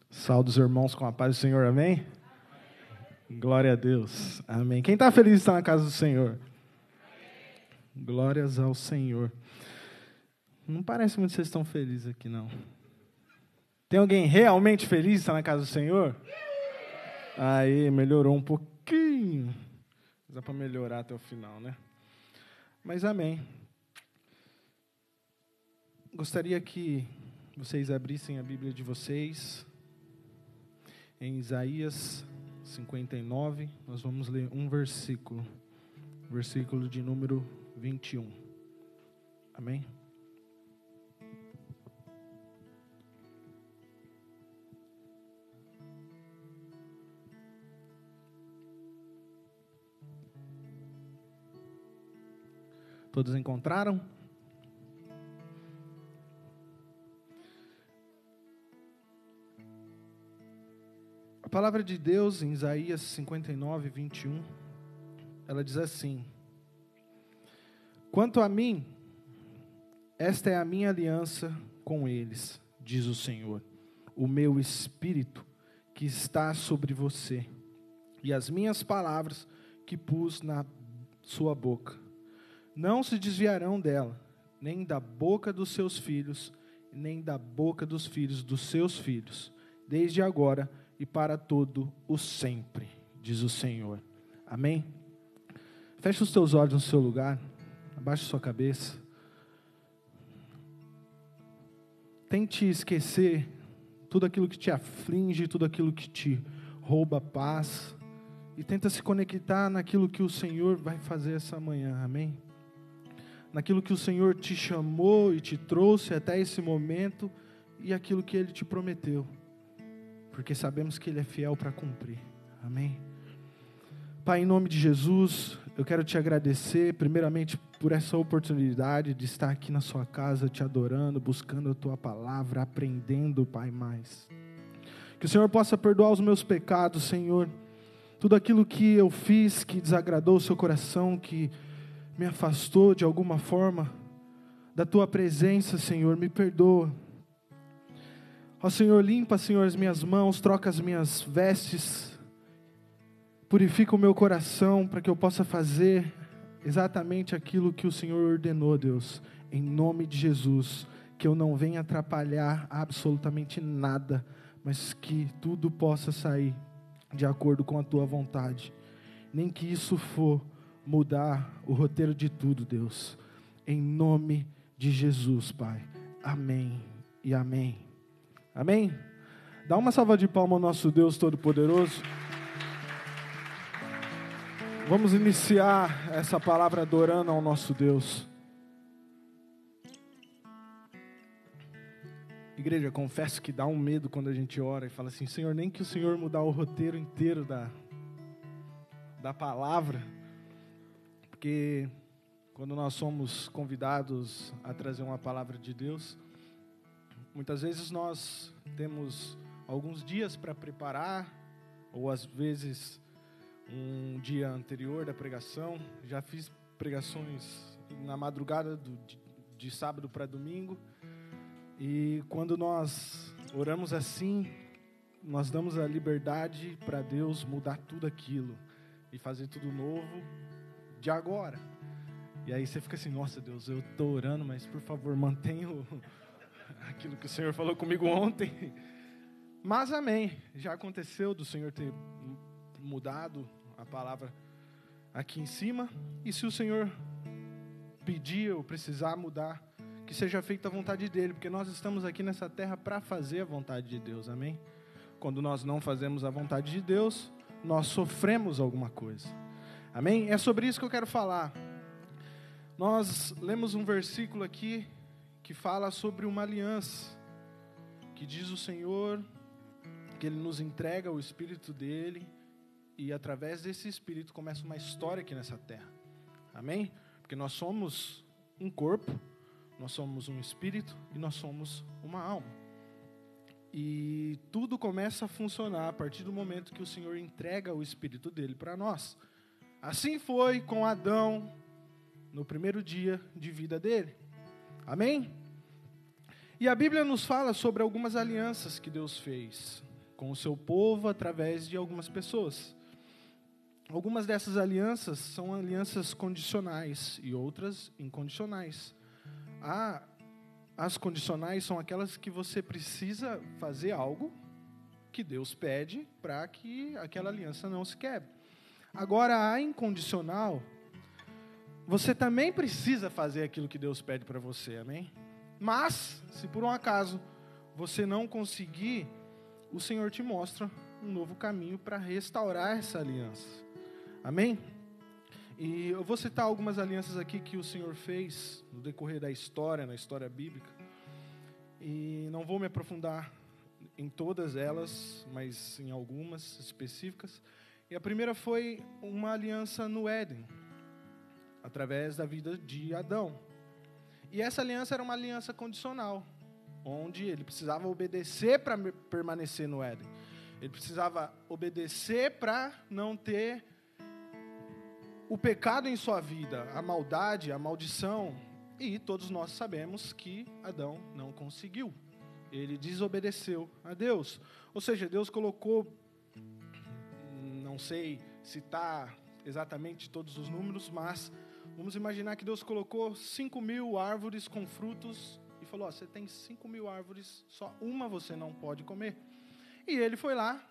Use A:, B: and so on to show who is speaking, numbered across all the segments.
A: Saúde os irmãos com a paz do Senhor, amém? Glória a Deus, amém. Quem está feliz está na casa do Senhor? Glórias ao Senhor. Não parece muito que vocês estão felizes aqui, não. Tem alguém realmente feliz está na casa do Senhor? Aí, melhorou um pouquinho. Dá para melhorar até o final, né? Mas amém. Gostaria que vocês abrissem a Bíblia de vocês em Isaías 59, nós vamos ler um versículo de número 21. Amém? Todos encontraram? A palavra de Deus em Isaías 59, 21, ela diz assim: quanto a mim, esta é a minha aliança com eles, diz o Senhor, o meu espírito que está sobre você, e as minhas palavras que pus na sua boca. Não se desviarão dela, nem da boca dos seus filhos, nem da boca dos filhos dos seus filhos, desde agora e para todo o sempre, diz o Senhor. Amém? Feche os teus olhos no seu lugar, abaixe sua cabeça. Tente esquecer tudo aquilo que te aflige, tudo aquilo que te rouba a paz, e tenta se conectar naquilo que o Senhor vai fazer essa manhã, amém? Naquilo que o Senhor te chamou e te trouxe até esse momento, e aquilo que Ele te prometeu. Porque sabemos que Ele é fiel para cumprir. Amém? Pai, em nome de Jesus, eu quero te agradecer, primeiramente, por essa oportunidade de estar aqui na sua casa, te adorando, buscando a tua palavra, aprendendo, Pai, mais. Que o Senhor possa perdoar os meus pecados, Senhor. Tudo aquilo que eu fiz, que desagradou o seu coração, que me afastou de alguma forma da tua presença, Senhor, me perdoa. Ó Senhor, limpa, Senhor, as minhas mãos, troca as minhas vestes, purifica o meu coração para que eu possa fazer exatamente aquilo que o Senhor ordenou, Deus, em nome de Jesus, que eu não venha atrapalhar absolutamente nada, mas que tudo possa sair de acordo com a tua vontade, nem que isso for mudar o roteiro de tudo, Deus, em nome de Jesus, Pai, amém e amém. Amém? Dá uma salva de palmas ao nosso Deus Todo-Poderoso. Vamos iniciar essa palavra adorando ao nosso Deus. Igreja, confesso que dá um medo quando a gente ora e fala assim: Senhor, nem que o Senhor mudar o roteiro inteiro da palavra, porque quando nós somos convidados a trazer uma palavra de Deus, muitas vezes nós temos alguns dias para preparar, ou às vezes um dia anterior da pregação. Já fiz pregações na madrugada de sábado para domingo, e quando nós oramos assim, nós damos a liberdade para Deus mudar tudo aquilo e fazer tudo novo de agora. E aí você fica assim: nossa Deus, eu estou orando, mas por favor mantenha aquilo que o Senhor falou comigo ontem. Mas amém, já aconteceu do Senhor ter mudado a palavra aqui em cima. E se o Senhor pedir ou precisar mudar, que seja feita a vontade dEle, porque nós estamos aqui nessa terra para fazer a vontade de Deus, amém? Quando nós não fazemos a vontade de Deus, nós sofremos alguma coisa, amém? É sobre isso que eu quero falar. Nós lemos um versículo aqui que fala sobre uma aliança, que diz o Senhor que Ele nos entrega o Espírito dEle, e através desse Espírito começa uma história aqui nessa terra, amém? Porque nós somos um corpo, nós somos um espírito e nós somos uma alma, e tudo começa a funcionar a partir do momento que o Senhor entrega o Espírito dEle para nós. Assim foi com Adão no primeiro dia de vida dele, amém? E a Bíblia nos fala sobre algumas alianças que Deus fez. com o seu povo através de algumas pessoas. Algumas dessas alianças são alianças condicionais e outras incondicionais. As condicionais são aquelas que você precisa fazer algo que Deus pede para que aquela aliança não se quebre. Agora, a incondicional, você também precisa fazer aquilo que Deus pede para você, amém? Mas, se por um acaso você não conseguir, o Senhor te mostra um novo caminho para restaurar essa aliança. Amém? E eu vou citar algumas alianças aqui que o Senhor fez no decorrer da história, na história bíblica. E não vou me aprofundar em todas elas, mas em algumas específicas. E a primeira foi uma aliança no Éden, através da vida de Adão. E essa aliança era uma aliança condicional, onde ele precisava obedecer para permanecer no Éden. Ele precisava obedecer para não ter o pecado em sua vida, a maldade, a maldição. E todos nós sabemos que Adão não conseguiu. Ele desobedeceu a Deus. Ou seja, Deus colocou, não sei citar exatamente todos os números, mas vamos imaginar que Deus colocou 5.000 árvores com frutos e falou, você tem 5.000 árvores, só uma você não pode comer. E ele foi lá,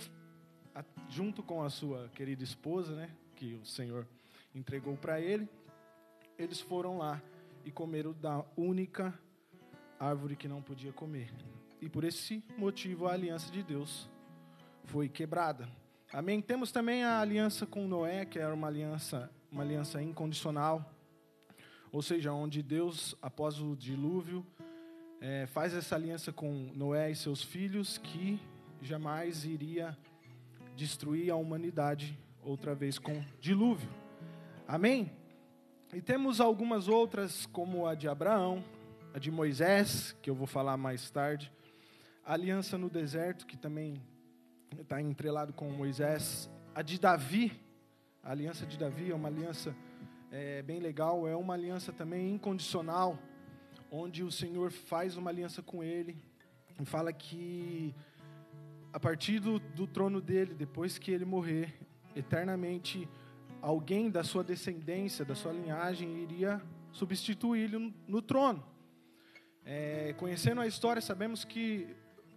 A: junto com a sua querida esposa, né, que o Senhor entregou para ele, eles foram lá e comeram da única árvore que não podia comer. E por esse motivo a aliança de Deus foi quebrada. Amém? Temos também a aliança com Noé, que era uma aliança incondicional, ou seja, onde Deus, após o dilúvio, faz essa aliança com Noé e seus filhos, que jamais iria destruir a humanidade outra vez com dilúvio. Amém? E temos algumas outras, como a de Abraão, a de Moisés, que eu vou falar mais tarde, a aliança no deserto, que também está entrelado com Moisés, a de Davi, a aliança de Davi é uma aliança bem legal, é uma aliança também incondicional, onde o Senhor faz uma aliança com ele, e fala que a partir do trono dele, depois que ele morrer, eternamente, alguém da sua descendência, da sua linhagem, iria substituí-lo no trono. Conhecendo a história, sabemos que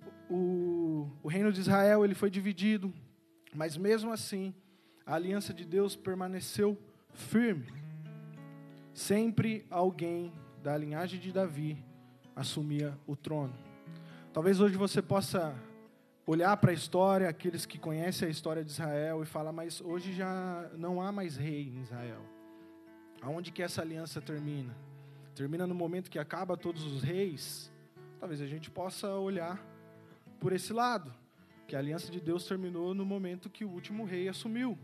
A: o reino de Israel ele foi dividido, mas mesmo assim, a aliança de Deus permaneceu firme. Sempre alguém da linhagem de Davi assumia o trono. Talvez hoje você possa olhar para a história, aqueles que conhecem a história de Israel, e falar, mas hoje já não há mais rei em Israel. Aonde que essa aliança termina? Termina no momento que acaba todos os reis? Talvez a gente possa olhar por esse lado, que a aliança de Deus terminou no momento que o último rei assumiu.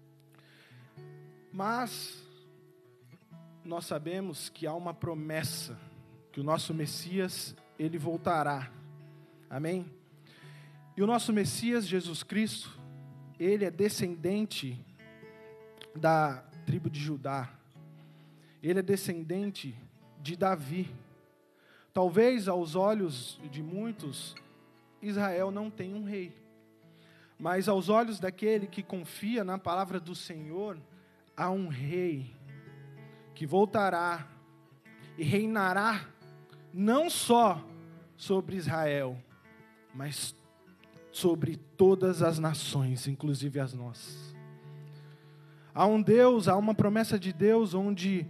A: Mas nós sabemos que há uma promessa, que o nosso Messias, ele voltará. Amém? E o nosso Messias, Jesus Cristo, ele é descendente da tribo de Judá. Ele é descendente de Davi. Talvez aos olhos de muitos, Israel não tem um rei. Mas aos olhos daquele que confia na palavra do Senhor, há um rei que voltará e reinará não só sobre Israel, mas sobre todas as nações, inclusive as nossas. Há um Deus, há uma promessa de Deus onde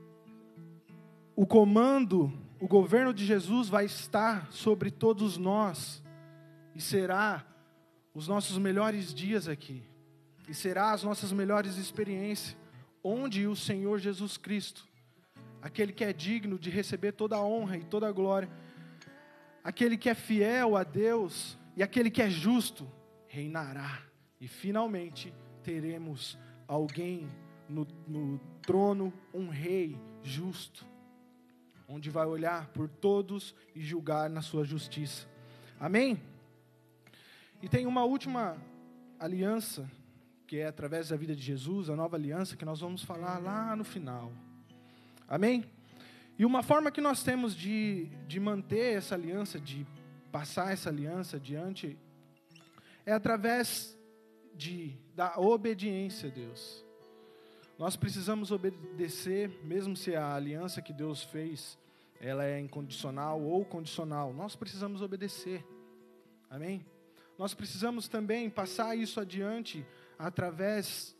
A: o comando, o governo de Jesus vai estar sobre todos nós e será os nossos melhores dias aqui e será as nossas melhores experiências, onde o Senhor Jesus Cristo, aquele que é digno de receber toda a honra e toda a glória, aquele que é fiel a Deus e aquele que é justo, reinará. E finalmente teremos alguém no trono, um rei justo, onde vai olhar por todos e julgar na sua justiça. Amém? E tem uma última aliança, que é através da vida de Jesus, a nova aliança, que nós vamos falar lá no final. Amém? E uma forma que nós temos de manter essa aliança, de passar essa aliança adiante, é através da obediência a Deus. Nós precisamos obedecer, mesmo se a aliança que Deus fez, ela é incondicional ou condicional. Nós precisamos obedecer. Amém? Nós precisamos também passar isso adiante através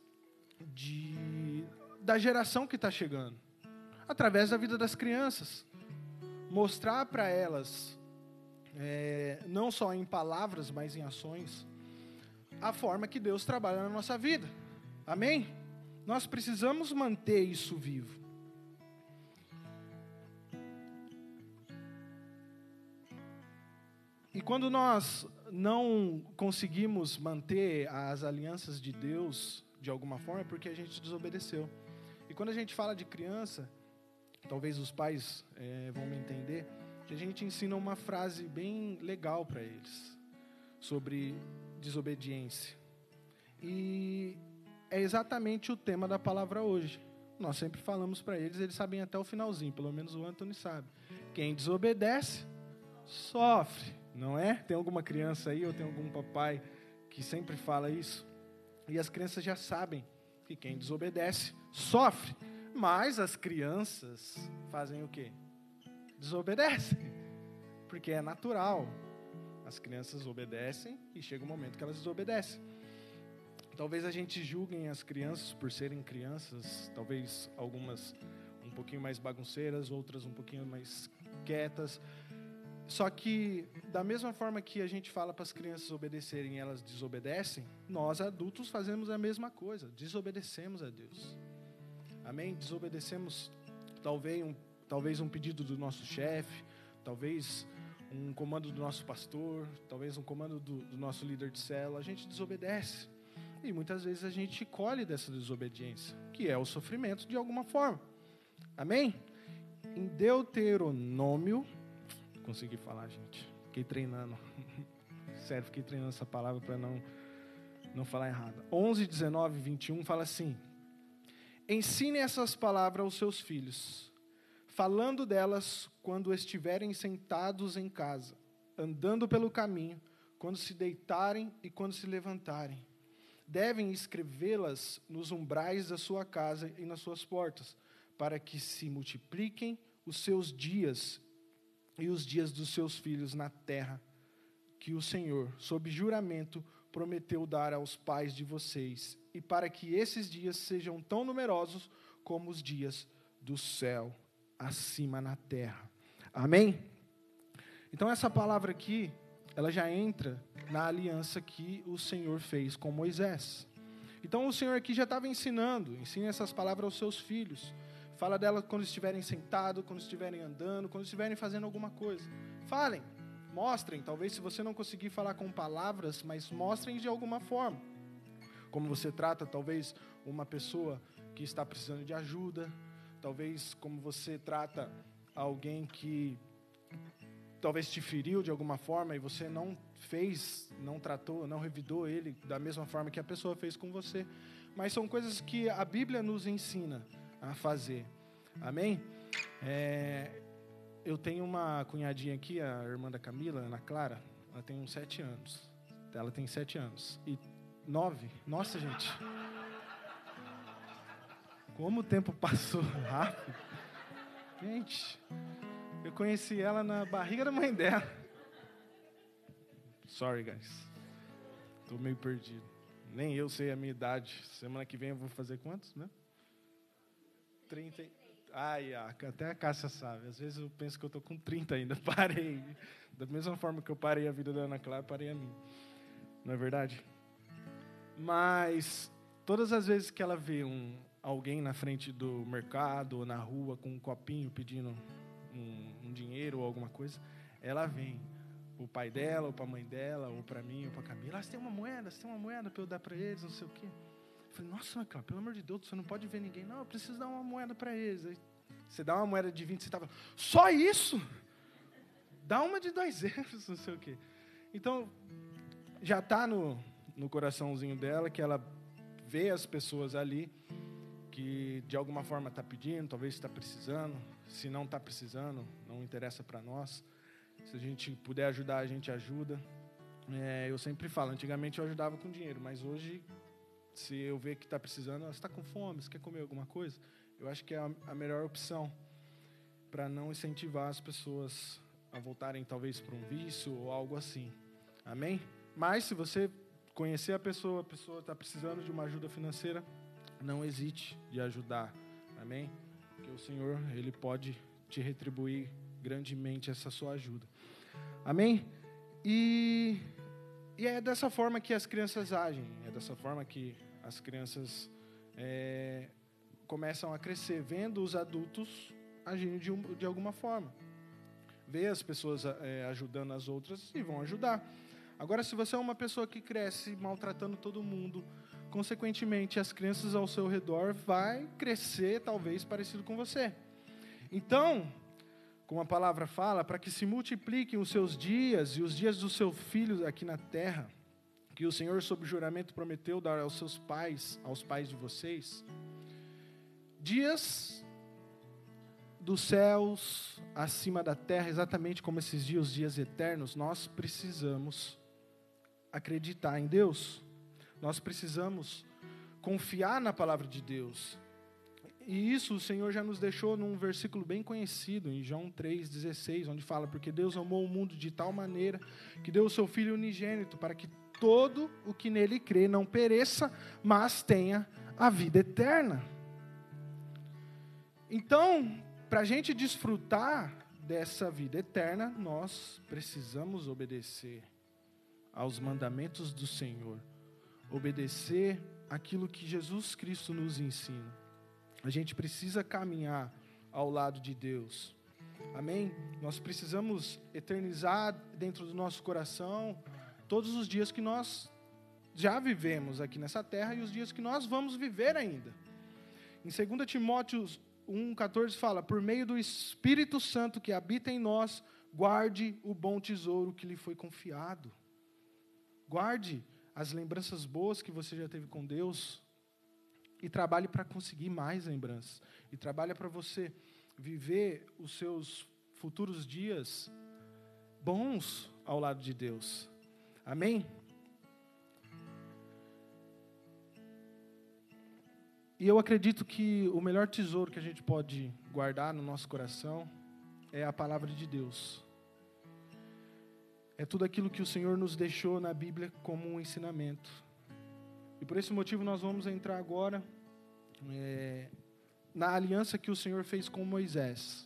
A: da geração que está chegando. Através da vida das crianças. Mostrar para elas, não só em palavras, mas em ações, a forma que Deus trabalha na nossa vida. Amém? Nós precisamos manter isso vivo. E quando nós não conseguimos manter as alianças de Deus de alguma forma, é porque a gente desobedeceu. E quando a gente fala de criança, talvez os pais vão me entender, que a gente ensina uma frase bem legal para eles, sobre desobediência. E é exatamente o tema da palavra hoje. Nós sempre falamos para eles sabem até o finalzinho, pelo menos o Anthony sabe. Quem desobedece, sofre. Não é? Tem alguma criança aí, ou tem algum papai que sempre fala isso? E as crianças já sabem que quem desobedece, sofre. Mas as crianças fazem o quê? Desobedecem. Porque é natural. As crianças obedecem e chega um momento que elas desobedecem. Talvez a gente julgue as crianças por serem crianças, talvez algumas um pouquinho mais bagunceiras, outras um pouquinho mais quietas. Só que, da mesma forma que a gente fala para as crianças obedecerem e elas desobedecem, nós adultos fazemos a mesma coisa, desobedecemos a Deus. Amém? Desobedecemos talvez um pedido do nosso chefe, talvez um comando do nosso pastor, talvez um comando do nosso líder de célula. A gente desobedece. E muitas vezes a gente colhe dessa desobediência, que é o sofrimento de alguma forma. Amém? Em Deuteronômio... Consegui falar, gente. Fiquei treinando. Sério, fiquei treinando essa palavra para não falar errado. 11, 19 e 21 fala assim: ensine essas palavras aos seus filhos, falando delas quando estiverem sentados em casa, andando pelo caminho, quando se deitarem e quando se levantarem. Devem escrevê-las nos umbrais da sua casa e nas suas portas, para que se multipliquem os seus dias e os dias dos seus filhos na terra, que o Senhor, sob juramento, prometeu dar aos pais de vocês, e para que esses dias sejam tão numerosos como os dias do céu acima na terra. Amém? Então essa palavra aqui, ela já entra na aliança que o Senhor fez com Moisés. Então o Senhor aqui já estava ensinando, ensina essas palavras aos seus filhos. Fala dela quando estiverem sentados, quando estiverem andando, quando estiverem fazendo alguma coisa. Falem, mostrem, talvez se você não conseguir falar com palavras, mas mostrem de alguma forma. Como você trata, talvez, uma pessoa que está precisando de ajuda, talvez como você trata alguém que talvez te feriu de alguma forma e você não fez, não tratou, não revidou ele da mesma forma que a pessoa fez com você. Mas são coisas que a Bíblia nos ensina a fazer. Amém? Eu tenho uma cunhadinha aqui, a irmã da Camila, Ana Clara. Ela tem uns 7 anos. Ela tem 7 anos. E 9. Nossa, gente. Como o tempo passou rápido. Gente, eu conheci ela na barriga da mãe dela. Sorry, guys. Tô meio perdido. Nem eu sei a minha idade. Semana que vem eu vou fazer quantos, né? 30. Ai, até a Cássia sabe. Às vezes eu penso que eu tô com 30 ainda. Parei. Da mesma forma que eu parei a vida da Ana Clara, parei a minha. Não é verdade? Mas todas as vezes que ela vê alguém na frente do mercado ou na rua com um copinho pedindo um dinheiro ou alguma coisa, ela vem. O pai dela, ou para a mãe dela, ou para mim, ou para a Camila. Você tem uma moeda para eu dar para eles, não sei o quê. Eu falei, nossa, Ana Clara, pelo amor de Deus, você não pode ver ninguém. Não, eu preciso dar uma moeda para eles. Aí, você dá uma moeda de 20 centavos. Só isso? Dá uma de 2 euros, não sei o quê. Então, já está no coraçãozinho dela que ela vê as pessoas ali que de alguma forma está pedindo, talvez está precisando. Se não está precisando, não interessa para nós. Se a gente puder ajudar, a gente ajuda. Eu sempre falo, antigamente eu ajudava com dinheiro, mas hoje, se eu ver que está precisando, você está com fome, você quer comer alguma coisa? Eu acho que é a melhor opção para não incentivar as pessoas a voltarem talvez para um vício ou algo assim. Amém? Mas se você conhecer a pessoa está precisando de uma ajuda financeira, não hesite de ajudar. Amém? Porque o Senhor, Ele pode te retribuir grandemente essa sua ajuda. Amém? E é dessa forma que as crianças agem, é dessa forma que as crianças começam a crescer, vendo os adultos agindo de alguma forma. Vê as pessoas ajudando as outras e vão ajudar. Agora, se você é uma pessoa que cresce maltratando todo mundo, consequentemente, as crianças ao seu redor vai crescer, talvez, parecido com você. Então, como a palavra fala, para que se multipliquem os seus dias e os dias dos seus filhos aqui na terra, que o Senhor, sob juramento, prometeu dar aos seus pais, aos pais de vocês, dias dos céus acima da terra, exatamente como esses dias, os dias eternos, nós precisamos acreditar em Deus. Nós precisamos confiar na palavra de Deus. E isso o Senhor já nos deixou num versículo bem conhecido, em João 3,16, onde fala, porque Deus amou o mundo de tal maneira que deu o seu Filho unigênito, para que todo o que nele crê não pereça, mas tenha a vida eterna. Então, para a gente desfrutar dessa vida eterna, nós precisamos obedecer aos mandamentos do Senhor, obedecer aquilo que Jesus Cristo nos ensina. A gente precisa caminhar ao lado de Deus. Amém? Nós precisamos eternizar dentro do nosso coração todos os dias que nós já vivemos aqui nessa terra e os dias que nós vamos viver ainda. Em 2 Timóteo 1,14 fala, por meio do Espírito Santo que habita em nós, guarde o bom tesouro que lhe foi confiado. Guarde as lembranças boas que você já teve com Deus e trabalhe para conseguir mais lembranças. E trabalhe para você viver os seus futuros dias bons ao lado de Deus. Amém? E eu acredito que o melhor tesouro que a gente pode guardar no nosso coração é a palavra de Deus. É tudo aquilo que o Senhor nos deixou na Bíblia como um ensinamento. E por esse motivo nós vamos entrar agora na aliança que o Senhor fez com Moisés.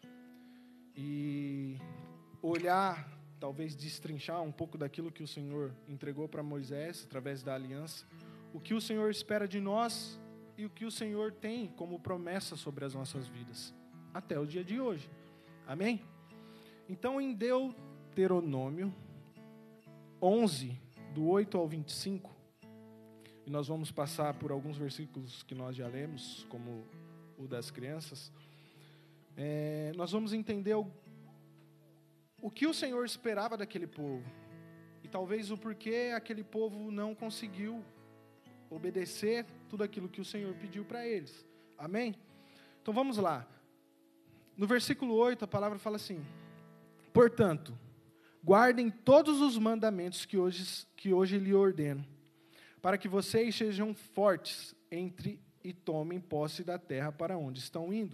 A: E olhar, talvez destrinchar um pouco daquilo que o Senhor entregou para Moisés, através da aliança. O que o Senhor espera de nós e o que o Senhor tem como promessa sobre as nossas vidas. Até o dia de hoje. Amém? Então, em Deuteronômio 11, do 8 ao 25, e nós vamos passar por alguns versículos que nós já lemos, como o das crianças, nós vamos entender o que o Senhor esperava daquele povo, e talvez o porquê aquele povo não conseguiu obedecer tudo aquilo que o Senhor pediu para eles. Amém? Então vamos lá. No versículo 8, a palavra fala assim, portanto, guardem todos os mandamentos que hoje lhe ordeno, para que vocês sejam fortes e tomem posse da terra para onde estão indo.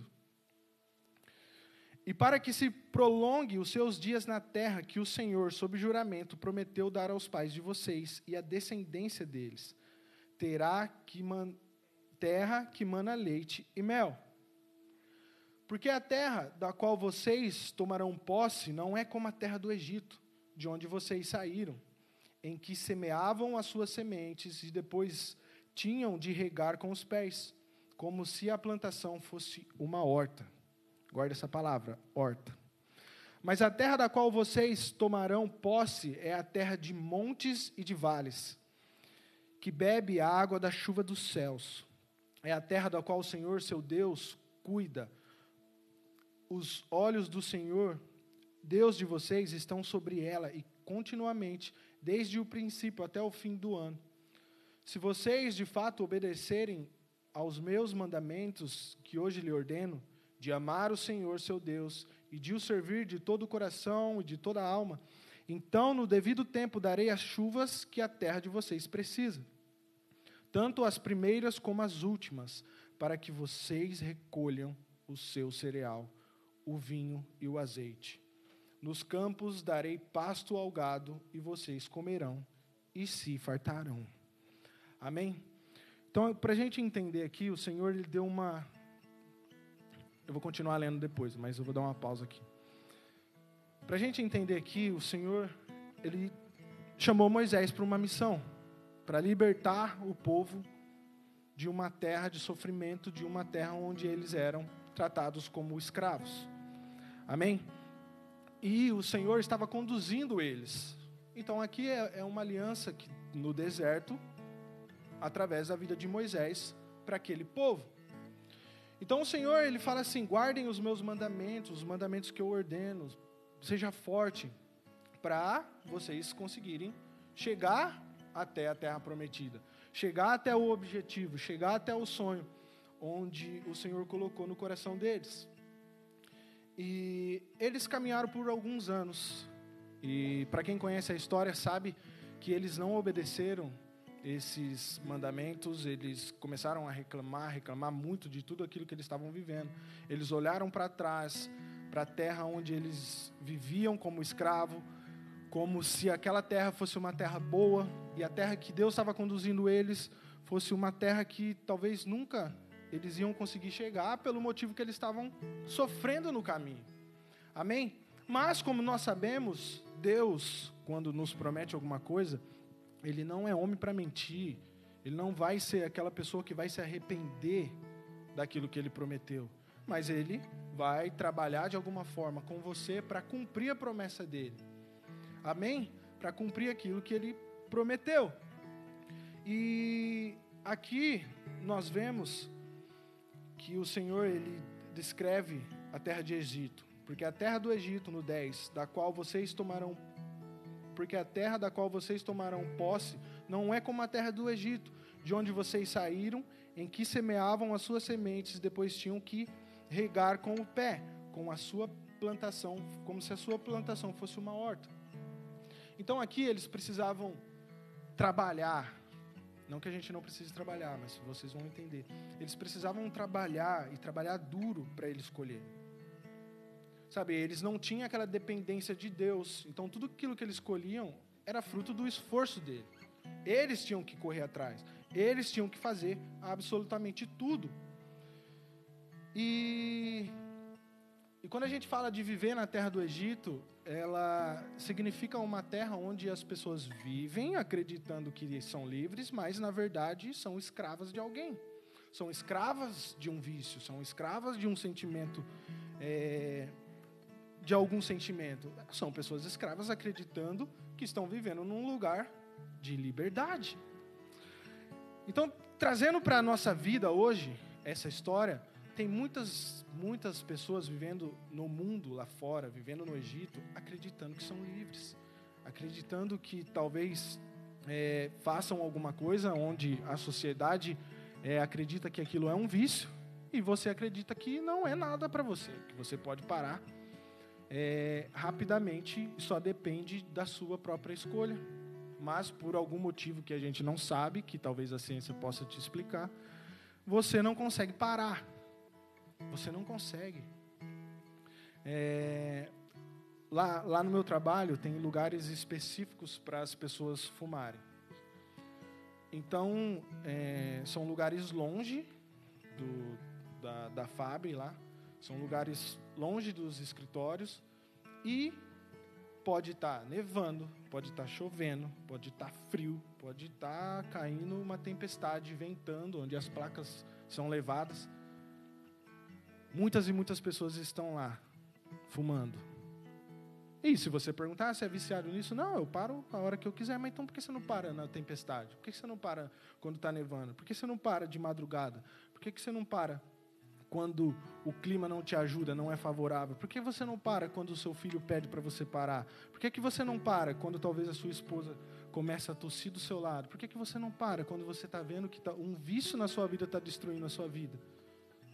A: E para que se prolongue os seus dias na terra que o Senhor, sob juramento, prometeu dar aos pais de vocês e à descendência deles, terra que mana leite e mel. Porque a terra da qual vocês tomarão posse não é como a terra do Egito, de onde vocês saíram, em que semeavam as suas sementes e depois tinham de regar com os pés, como se a plantação fosse uma horta. Guarda essa palavra, horta. Mas a terra da qual vocês tomarão posse é a terra de montes e de vales, que bebe a água da chuva dos céus. É a terra da qual o Senhor, seu Deus, cuida. Os olhos do Senhor, Deus de vocês, estão sobre ela e continuamente, desde o princípio até o fim do ano. Se vocês, de fato, obedecerem aos meus mandamentos que hoje lhe ordeno, de amar o Senhor, seu Deus, e de o servir de todo o coração e de toda a alma, Então, no devido tempo, darei as chuvas que a terra de vocês precisa, tanto as primeiras como as últimas, para que vocês recolham o seu cereal, o vinho e o azeite. Nos campos darei pasto ao gado, e vocês comerão e se fartarão. Amém? Então, para a gente entender aqui, o Senhor ele deu uma... Eu vou continuar lendo depois, mas eu vou dar uma pausa aqui. Para a gente entender aqui, o Senhor ele chamou Moisés para uma missão, para libertar o povo de uma terra de sofrimento, de uma terra onde eles eram tratados como escravos. Amém? E o Senhor estava conduzindo eles. Então aqui é uma aliança que, no deserto, através da vida de Moisés, para aquele povo. Então o Senhor, ele fala assim: guardem os meus mandamentos, os mandamentos que eu ordeno, seja forte, para vocês conseguirem chegar até a terra prometida, chegar até o objetivo, chegar até o sonho, onde o Senhor colocou no coração deles. E eles caminharam por alguns anos, e para quem conhece a história sabe que eles não obedeceram esses mandamentos. Eles começaram a reclamar muito de tudo aquilo que eles estavam vivendo. Eles olharam para trás, para a terra onde eles viviam como escravo, como se aquela terra fosse uma terra boa, e a terra que Deus estava conduzindo eles fosse uma terra que talvez nunca eles iam conseguir chegar, pelo motivo que eles estavam sofrendo no caminho. Amém? Mas, como nós sabemos, Deus, quando nos promete alguma coisa, Ele não é homem para mentir. Ele não vai ser aquela pessoa que vai se arrepender daquilo que Ele prometeu. Mas Ele vai trabalhar de alguma forma com você para cumprir a promessa dEle. Amém? Para cumprir aquilo que Ele prometeu. E aqui nós vemos que o Senhor, Ele descreve a terra de Egito. Porque a terra do Egito, no 10, porque a terra da qual vocês tomarão posse não é como a terra do Egito, de onde vocês saíram, em que semeavam as suas sementes, depois tinham que regar com o pé, com a sua plantação, como se a sua plantação fosse uma horta. Então aqui eles precisavam trabalhar. Não que a gente não precise trabalhar, mas vocês vão entender. Eles precisavam trabalhar, e trabalhar duro para eles colherem. Sabe, eles não tinham aquela dependência de Deus. Então tudo aquilo que eles colhiam era fruto do esforço dele. Eles tinham que correr atrás. Eles tinham que fazer absolutamente tudo. E quando a gente fala de viver na terra do Egito, ela significa uma terra onde as pessoas vivem acreditando que são livres, mas na verdade são escravas de alguém. São escravas de um vício, são escravas de um sentimento, de algum sentimento. São pessoas escravas acreditando que estão vivendo num lugar de liberdade. Então, trazendo para a nossa vida hoje essa história, tem muitas pessoas vivendo no mundo lá fora, vivendo no Egito, acreditando que são livres, acreditando que talvez façam alguma coisa onde a sociedade acredita que aquilo é um vício, e você acredita que não é nada para você, que você pode parar rapidamente, só depende da sua própria escolha. Mas por algum motivo que a gente não sabe, que talvez a ciência possa te explicar, você não consegue parar. Você não consegue. Lá no meu trabalho tem lugares específicos para as pessoas fumarem. Então, são lugares longe da FAB lá, são lugares longe dos escritórios, e pode estar nevando, pode estar chovendo, pode estar frio, pode estar caindo uma tempestade, ventando, onde as placas são levadas. Muitas e muitas pessoas estão lá, fumando. E se você perguntar se é viciado nisso, não, eu paro a hora que eu quiser. Mas então por que você não para na tempestade? Por que você não para quando está nevando? Por que você não para de madrugada? Por que você não para quando o clima não te ajuda, não é favorável? Por que você não para quando o seu filho pede para você parar? Por que você não para quando talvez a sua esposa começa a tossir do seu lado? Por que você não para quando você está vendo que um vício na sua vida está destruindo a sua vida?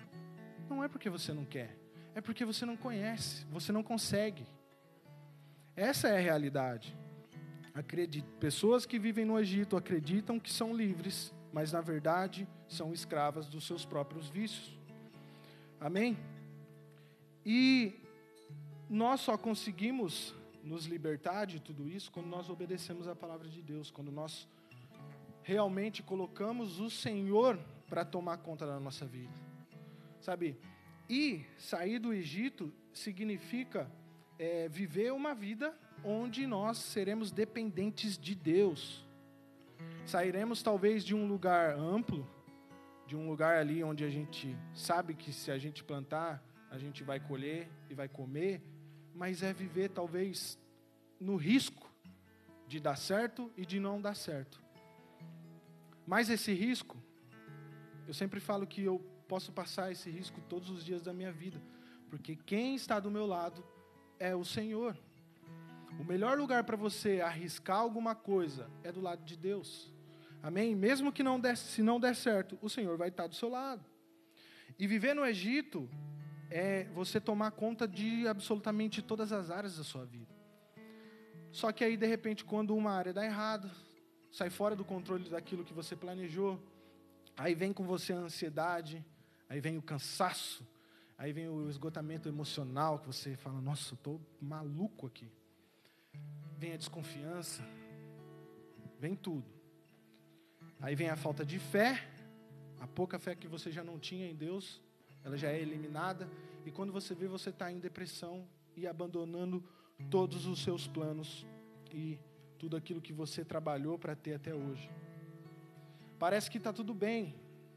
A: Não é porque você não quer, é porque você não conhece, você não consegue. Essa é a realidade. Pessoas que vivem no Egito acreditam que são livres, mas na verdade são escravas dos seus próprios vícios. Amém? E nós só conseguimos nos libertar de tudo isso quando nós obedecemos a palavra de Deus, quando nós realmente colocamos o Senhor para tomar conta da nossa vida. Sabe? E sair do Egito significa viver uma vida onde nós seremos dependentes de Deus. Sairemos talvez de um lugar amplo, de um lugar ali onde a gente sabe que se a gente plantar, a gente vai colher e vai comer, mas é viver talvez no risco de dar certo e de não dar certo. Mas esse risco, eu sempre falo que eu posso passar esse risco todos os dias da minha vida, porque quem está do meu lado é o Senhor. O melhor lugar para você arriscar alguma coisa é do lado de Deus. Amém? Mesmo que se não der certo, o Senhor vai estar do seu lado. E viver no Egito é você tomar conta de absolutamente todas as áreas da sua vida. Só que aí, de repente, quando uma área dá errado, sai fora do controle daquilo que você planejou, aí vem com você a ansiedade, aí vem o cansaço, aí vem o esgotamento emocional, que você fala, nossa, eu estou maluco aqui. Vem a desconfiança, vem tudo. Aí vem a falta de fé, a pouca fé que você já não tinha em Deus, ela já é eliminada, e quando você vê, você está em depressão e abandonando todos os seus planos e tudo aquilo que você trabalhou para ter até hoje. Parece que está tudo bem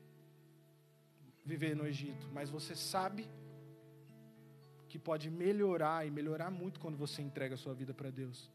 A: viver no Egito, mas você sabe que pode melhorar, e melhorar muito quando você entrega a sua vida para Deus.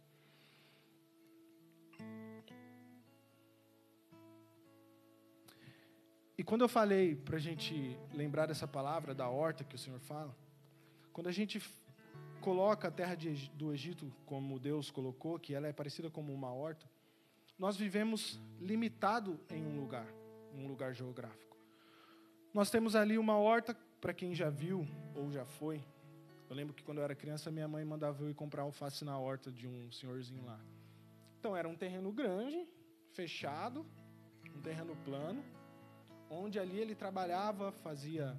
A: E quando eu falei para a gente lembrar dessa palavra, da horta que o Senhor fala, quando a gente coloca a terra do Egito como Deus colocou, que ela é parecida como uma horta, nós vivemos limitado em um lugar geográfico. Nós temos ali uma horta, para quem já viu ou já foi. Eu lembro que quando eu era criança, minha mãe mandava eu ir comprar alface na horta de um senhorzinho lá. Então era um terreno grande, fechado, um terreno plano, onde ali ele trabalhava, fazia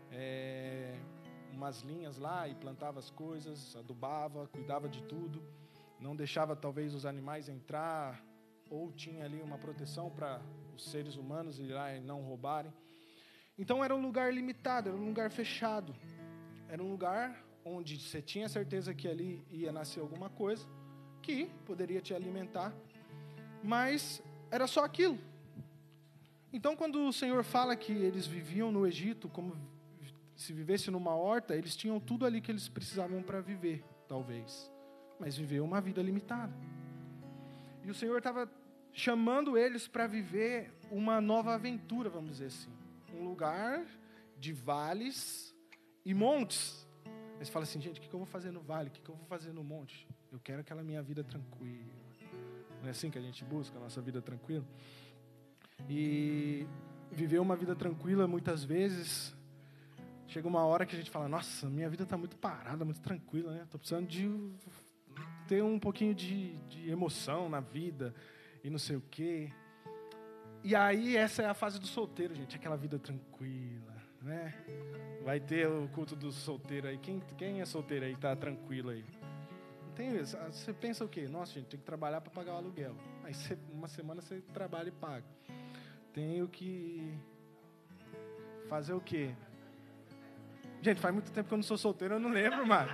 A: umas linhas lá e plantava as coisas, adubava, cuidava de tudo, não deixava talvez os animais entrar, ou tinha ali uma proteção para os seres humanos ir lá e não roubarem. Então era um lugar limitado, era um lugar fechado, era um lugar onde você tinha certeza que ali ia nascer alguma coisa, que poderia te alimentar, mas era só aquilo. Então, quando o Senhor fala que eles viviam no Egito, como se vivesse numa horta, eles tinham tudo ali que eles precisavam para viver, talvez. Mas viver uma vida limitada. E o Senhor estava chamando eles para viver uma nova aventura, vamos dizer assim. Um lugar de vales e montes. Aí você fala assim, gente, o que eu vou fazer no vale? O que eu vou fazer no monte? Eu quero aquela minha vida tranquila. Não é assim que a gente busca a nossa vida tranquila? E viver uma vida tranquila, muitas vezes, chega uma hora que a gente fala, nossa, minha vida está muito parada, muito tranquila, né? Estou precisando de ter um pouquinho de emoção na vida e não sei o quê. E aí, essa é a fase do solteiro, gente, aquela vida tranquila, né? Vai ter o culto do solteiro aí. Quem é solteiro aí, está tranquilo aí? Não tem isso. Você pensa o quê? Nossa, gente, tem que trabalhar para pagar o aluguel. Aí, uma semana você trabalha e paga. Tenho que fazer o quê? Gente, faz muito tempo que eu não sou solteiro, eu não lembro mais.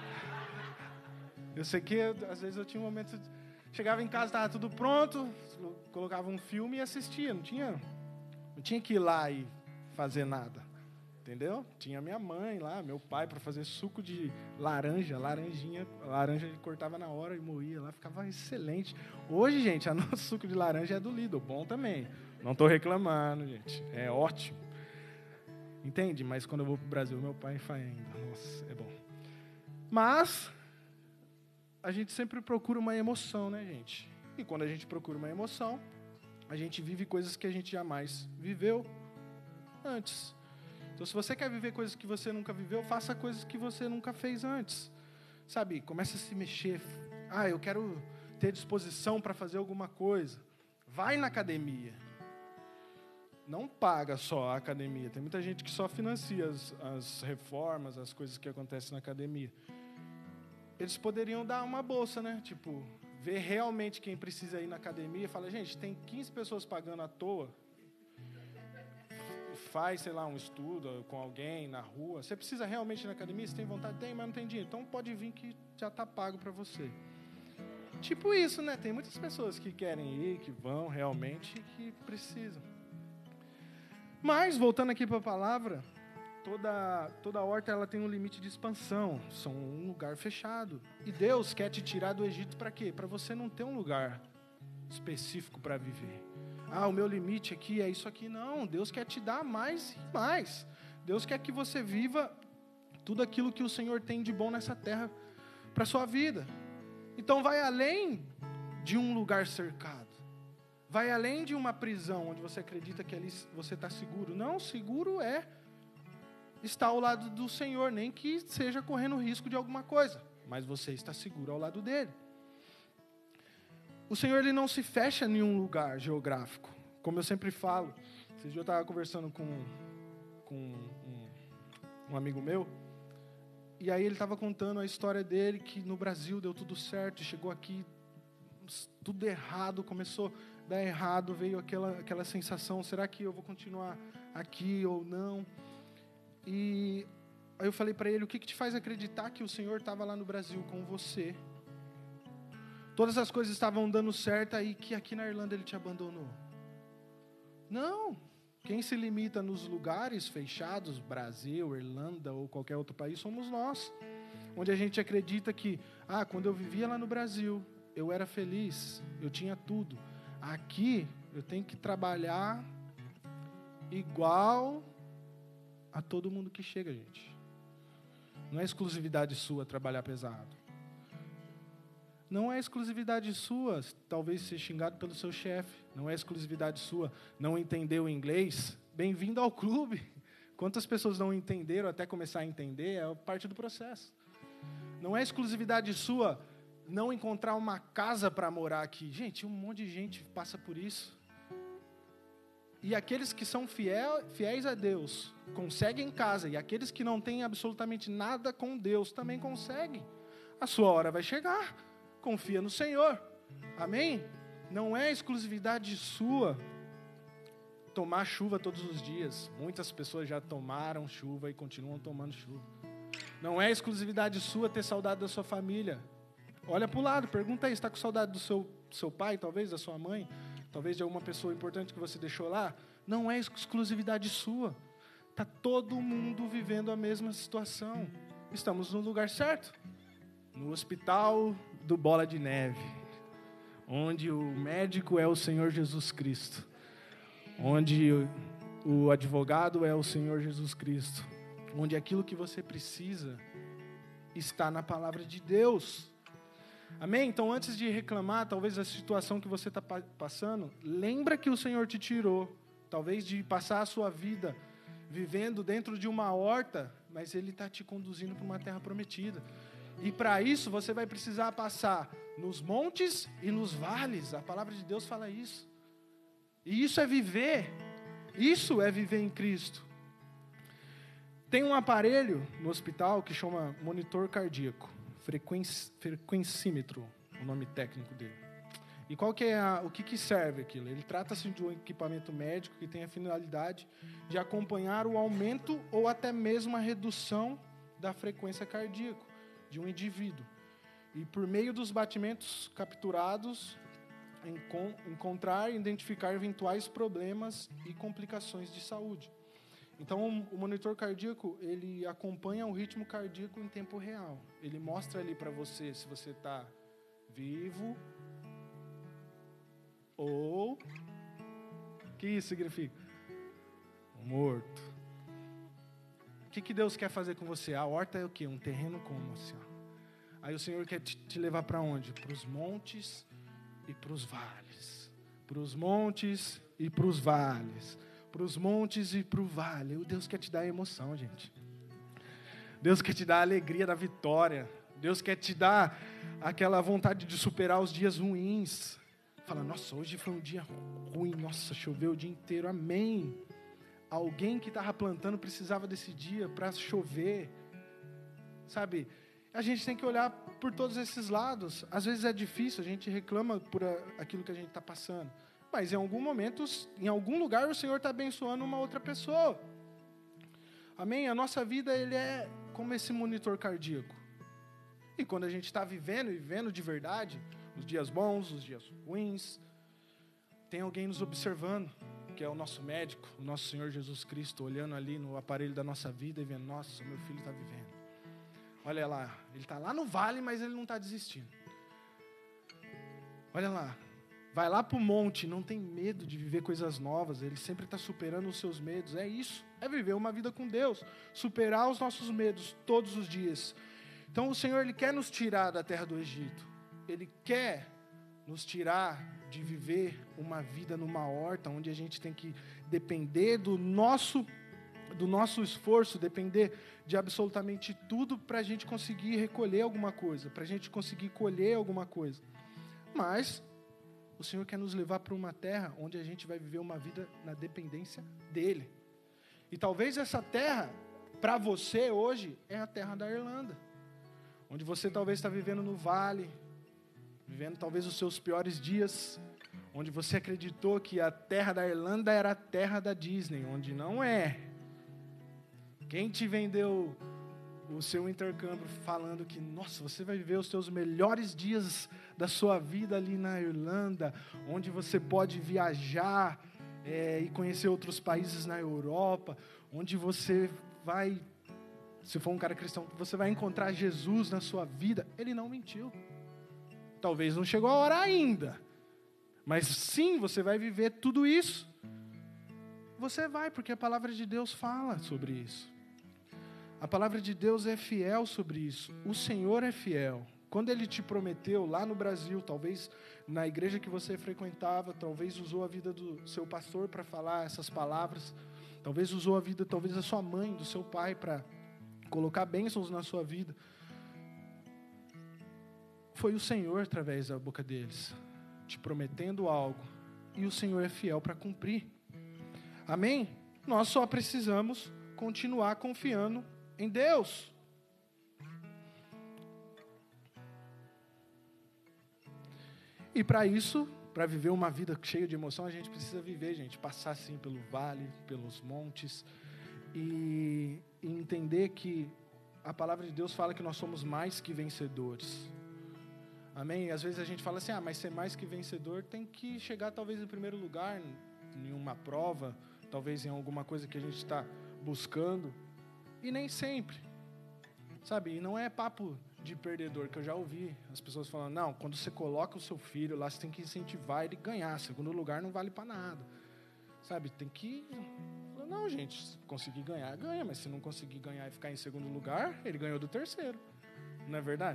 A: Eu sei que, às vezes, eu tinha um momento... Chegava em casa, estava tudo pronto, colocava um filme e assistia. Não tinha que ir lá e fazer nada. Entendeu? Tinha minha mãe lá, meu pai, para fazer suco de laranja, laranja ele cortava na hora e moía lá, ficava excelente. Hoje, gente, nosso suco de laranja é do Lidl, bom também. Não estou reclamando, gente, é ótimo. Entende? Mas quando eu vou para o Brasil, meu pai faz ainda. Nossa, é bom. Mas a gente sempre procura uma emoção, né, gente? E quando a gente procura uma emoção, a gente vive coisas que a gente jamais viveu antes. Então, se você quer viver coisas que você nunca viveu, faça coisas que você nunca fez antes. Sabe, comece a se mexer, eu quero ter disposição para fazer alguma coisa. Vai na academia. Não paga só a academia. Tem muita gente que só financia as reformas, as coisas que acontecem na academia. Eles poderiam dar uma bolsa, né? Tipo, ver realmente quem precisa ir na academia e falar, gente, tem 15 pessoas pagando à toa. Faz, sei lá, um estudo com alguém na rua. Você precisa realmente ir na academia? Você tem vontade? Tem, mas não tem dinheiro. Então pode vir que já está pago para você. Tipo isso, né? Tem muitas pessoas que querem ir, que vão realmente e que precisam. Mas, voltando aqui para a palavra, toda horta ela tem um limite de expansão. São um lugar fechado. E Deus quer te tirar do Egito para quê? Para você não ter um lugar específico para viver. O meu limite aqui é isso aqui. Não, Deus quer te dar mais e mais. Deus quer que você viva tudo aquilo que o Senhor tem de bom nessa terra para a sua vida. Então vai além de um lugar cercado. Vai além de uma prisão onde você acredita que ali você está seguro. Não, seguro é estar ao lado do Senhor, nem que seja correndo risco de alguma coisa. Mas você está seguro ao lado dele. O Senhor ele não se fecha em nenhum lugar geográfico. Como eu sempre falo, esse dia eu estava conversando com um amigo meu, e aí ele estava contando a história dele, que no Brasil deu tudo certo, chegou aqui, tudo errado, começou a dar errado, veio aquela sensação, será que eu vou continuar aqui ou não? E aí eu falei para ele, o que te faz acreditar que o Senhor estava lá no Brasil com você? Todas as coisas estavam dando certo e que aqui na Irlanda ele te abandonou. Não. Quem se limita nos lugares fechados, Brasil, Irlanda ou qualquer outro país, somos nós. Onde a gente acredita que, quando eu vivia lá no Brasil, eu era feliz, eu tinha tudo. Aqui, eu tenho que trabalhar igual a todo mundo que chega, gente. Não é exclusividade sua trabalhar pesado. Não é exclusividade sua, talvez ser xingado pelo seu chefe. Não é exclusividade sua não entender o inglês. Bem-vindo ao clube. Quantas pessoas não entenderam até começar a entender, é parte do processo. Não é exclusividade sua não encontrar uma casa para morar aqui. Gente, um monte de gente passa por isso. E aqueles que são fiéis a Deus conseguem casa. E aqueles que não têm absolutamente nada com Deus também conseguem. A sua hora vai chegar. Confia no Senhor. Amém? Não é exclusividade sua tomar chuva todos os dias. Muitas pessoas já tomaram chuva e continuam tomando chuva. Não é exclusividade sua ter saudade da sua família. Olha para o lado, pergunta aí, está com saudade do seu pai, talvez, da sua mãe, talvez de alguma pessoa importante que você deixou lá? Não é exclusividade sua. Está todo mundo vivendo a mesma situação. Estamos no lugar certo. No hospital do Bola de Neve, onde o médico é o Senhor Jesus Cristo, onde o advogado é o Senhor Jesus Cristo, onde aquilo que você precisa está na palavra de Deus. Amém? Então, antes de reclamar, talvez, da situação que você está passando, lembra que o Senhor te tirou, talvez de passar a sua vida vivendo dentro de uma horta, mas Ele está te conduzindo para uma terra prometida. E para isso você vai precisar passar nos montes e nos vales. A palavra de Deus fala isso. E isso é viver. Isso é viver em Cristo. Tem um aparelho no hospital que chama monitor cardíaco. Frequencímetro, o nome técnico dele. E qual que é o que serve aquilo? Ele trata-se de um equipamento médico que tem a finalidade de acompanhar o aumento ou até mesmo a redução da frequência cardíaca de um indivíduo. E por meio dos batimentos capturados, encontrar e identificar eventuais problemas e complicações de saúde. Então, o monitor cardíaco, ele acompanha o ritmo cardíaco em tempo real. Ele mostra ali para você se você está vivo ou... O que isso significa? Morto. O que Deus quer fazer com você? A horta é o quê? Um terreno como assim, ó. Aí o Senhor quer te levar para onde? Para os montes e para os vales. Para os montes e para os vales. Para os montes e para o vale. O Deus quer te dar emoção, gente. Deus quer te dar a alegria da vitória. Deus quer te dar aquela vontade de superar os dias ruins. Fala, nossa, hoje foi um dia ruim, nossa, choveu o dia inteiro, amém. Alguém que estava plantando precisava desse dia para chover. Sabe, a gente tem que olhar por todos esses lados. Às vezes é difícil, a gente reclama por aquilo que a gente está passando. Mas em algum momento, em algum lugar, o Senhor está abençoando uma outra pessoa. Amém? A nossa vida, ele é como esse monitor cardíaco. E quando a gente está vivendo, e vivendo de verdade, os dias bons, os dias ruins, tem alguém nos observando, que é o nosso médico, o nosso Senhor Jesus Cristo, olhando ali no aparelho da nossa vida e vendo, nossa, meu filho está vivendo. Olha lá, ele está lá no vale, mas ele não está desistindo. Olha lá, vai lá para o monte, não tem medo de viver coisas novas, ele sempre está superando os seus medos. É isso, é viver uma vida com Deus, superar os nossos medos todos os dias. Então o Senhor, Ele quer nos tirar da terra do Egito, Ele quer nos tirar de viver uma vida numa horta, onde a gente tem que depender do nosso esforço, depender de absolutamente tudo para a gente conseguir recolher alguma coisa, para a gente conseguir colher alguma coisa. Mas o Senhor quer nos levar para uma terra onde a gente vai viver uma vida na dependência dEle. E talvez essa terra, para você hoje, é a terra da Irlanda, onde você talvez está vivendo no vale, vivendo talvez os seus piores dias, onde você acreditou que a terra da Irlanda era a terra da Disney, onde não é. Quem te vendeu o seu intercâmbio falando que, nossa, você vai viver os seus melhores dias da sua vida ali na Irlanda, onde você pode viajar e conhecer outros países na Europa, onde você vai, se for um cara cristão, você vai encontrar Jesus na sua vida. Ele não mentiu. Talvez não chegou a hora ainda, mas sim, você vai viver tudo isso. Você vai, porque a palavra de Deus fala sobre isso. A palavra de Deus é fiel sobre isso. O Senhor é fiel. Quando Ele te prometeu lá no Brasil, talvez na igreja que você frequentava, talvez usou a vida do seu pastor para falar essas palavras, talvez usou a vida, talvez da sua mãe, do seu pai, para colocar bênçãos na sua vida. Foi o Senhor, através da boca deles, te prometendo algo. E o Senhor é fiel para cumprir. Amém? Nós só precisamos continuar confiando em Deus. E para isso, para viver uma vida cheia de emoção, a gente precisa viver, gente, passar assim pelo vale, pelos montes, e entender que a palavra de Deus fala que nós somos mais que vencedores. Amém? E às vezes a gente fala assim, mas ser mais que vencedor tem que chegar talvez em primeiro lugar, em uma prova, talvez em alguma coisa que a gente está buscando. E nem sempre, sabe? E não é papo de perdedor, que eu já ouvi as pessoas falando, não, quando você coloca o seu filho lá, você tem que incentivar ele a ganhar, segundo lugar não vale para nada, sabe? Tem que... Não, gente, se conseguir ganhar, ganha, mas se não conseguir ganhar e ficar em segundo lugar, ele ganhou do terceiro, não é verdade?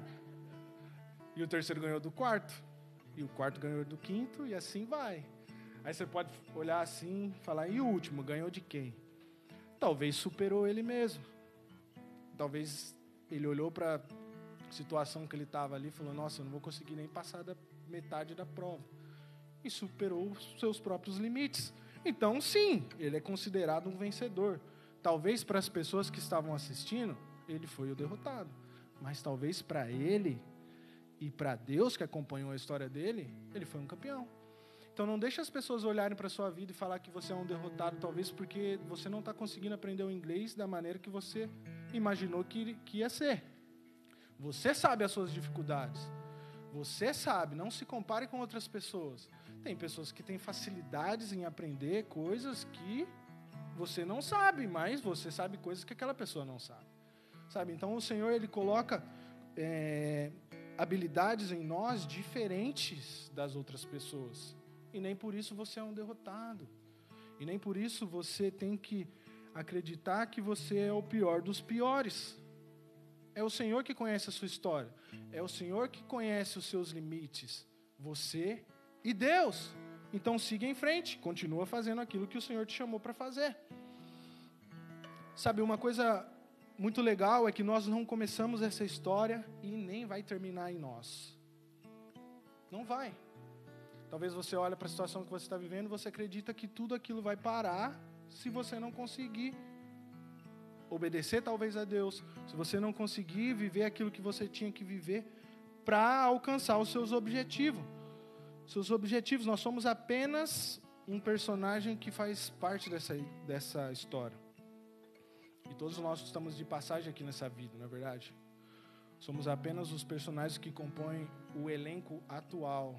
A: E o terceiro ganhou do quarto, e o quarto ganhou do quinto, e assim vai. Aí você pode olhar assim e falar, e o último, ganhou de quem? Talvez superou ele mesmo. Talvez ele olhou para a situação que ele estava ali e falou, nossa, eu não vou conseguir nem passar da metade da prova. E superou os seus próprios limites. Então, sim, ele é considerado um vencedor. Talvez para as pessoas que estavam assistindo, ele foi o derrotado. Mas talvez para ele e para Deus que acompanhou a história dele, ele foi um campeão. Então não deixe as pessoas olharem para a sua vida e falar que você é um derrotado, talvez porque você não está conseguindo aprender o inglês da maneira que você imaginou que ia ser. Você sabe as suas dificuldades. Você sabe, não se compare com outras pessoas. Tem pessoas que têm facilidades em aprender coisas que você não sabe, mas você sabe coisas que aquela pessoa não sabe. Sabe? Então o Senhor, Ele coloca habilidades em nós diferentes das outras pessoas. E nem por isso você é um derrotado. E nem por isso você tem que acreditar que você é o pior dos piores. É o Senhor que conhece a sua história. É o Senhor que conhece os seus limites. Você e Deus. Então siga em frente. Continua fazendo aquilo que o Senhor te chamou para fazer. Sabe, uma coisa muito legal é que nós não começamos essa história e nem vai terminar em nós. Não vai. Talvez você olhe para a situação que você está vivendo e você acredita que tudo aquilo vai parar se você não conseguir obedecer talvez a Deus, se você não conseguir viver aquilo que você tinha que viver para alcançar os seus objetivos. Seus objetivos, nós somos apenas um personagem que faz parte dessa história. E todos nós estamos de passagem aqui nessa vida, não é verdade? Somos apenas os personagens que compõem o elenco atual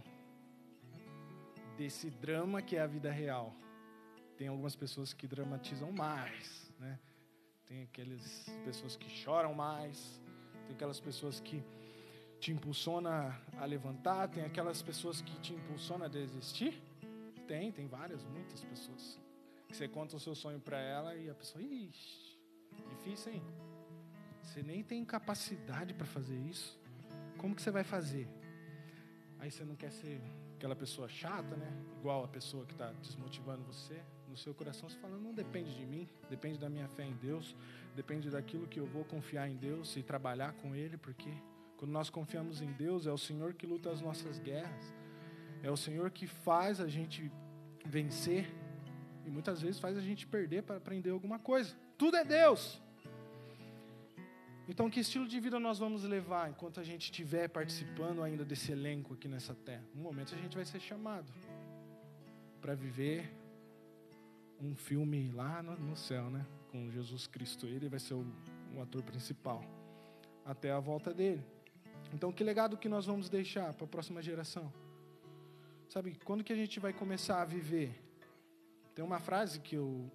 A: desse drama que é a vida real. Tem algumas pessoas que dramatizam mais, né? Tem aquelas pessoas que choram mais, tem aquelas pessoas que te impulsionam a levantar, tem aquelas pessoas que te impulsionam a desistir. Tem várias, muitas pessoas. Que você conta o seu sonho para ela e a pessoa, ixi, difícil, hein? Você nem tem capacidade para fazer isso. Como que você vai fazer? Aí você não quer ser aquela pessoa chata, né? Igual a pessoa que está desmotivando você. No seu coração você fala, não depende de mim, depende da minha fé em Deus, depende daquilo que eu vou confiar em Deus e trabalhar com Ele, porque quando nós confiamos em Deus, é o Senhor que luta as nossas guerras, é o Senhor que faz a gente vencer e muitas vezes faz a gente perder para aprender alguma coisa. Tudo é Deus. Então, que estilo de vida nós vamos levar enquanto a gente estiver participando ainda desse elenco aqui nessa terra? Um momento a gente vai ser chamado para viver um filme lá no céu, né? Com Jesus Cristo. Ele vai ser o ator principal até a volta dele. Então, que legado que nós vamos deixar para a próxima geração? Sabe, quando que a gente vai começar a viver? Tem uma frase que eu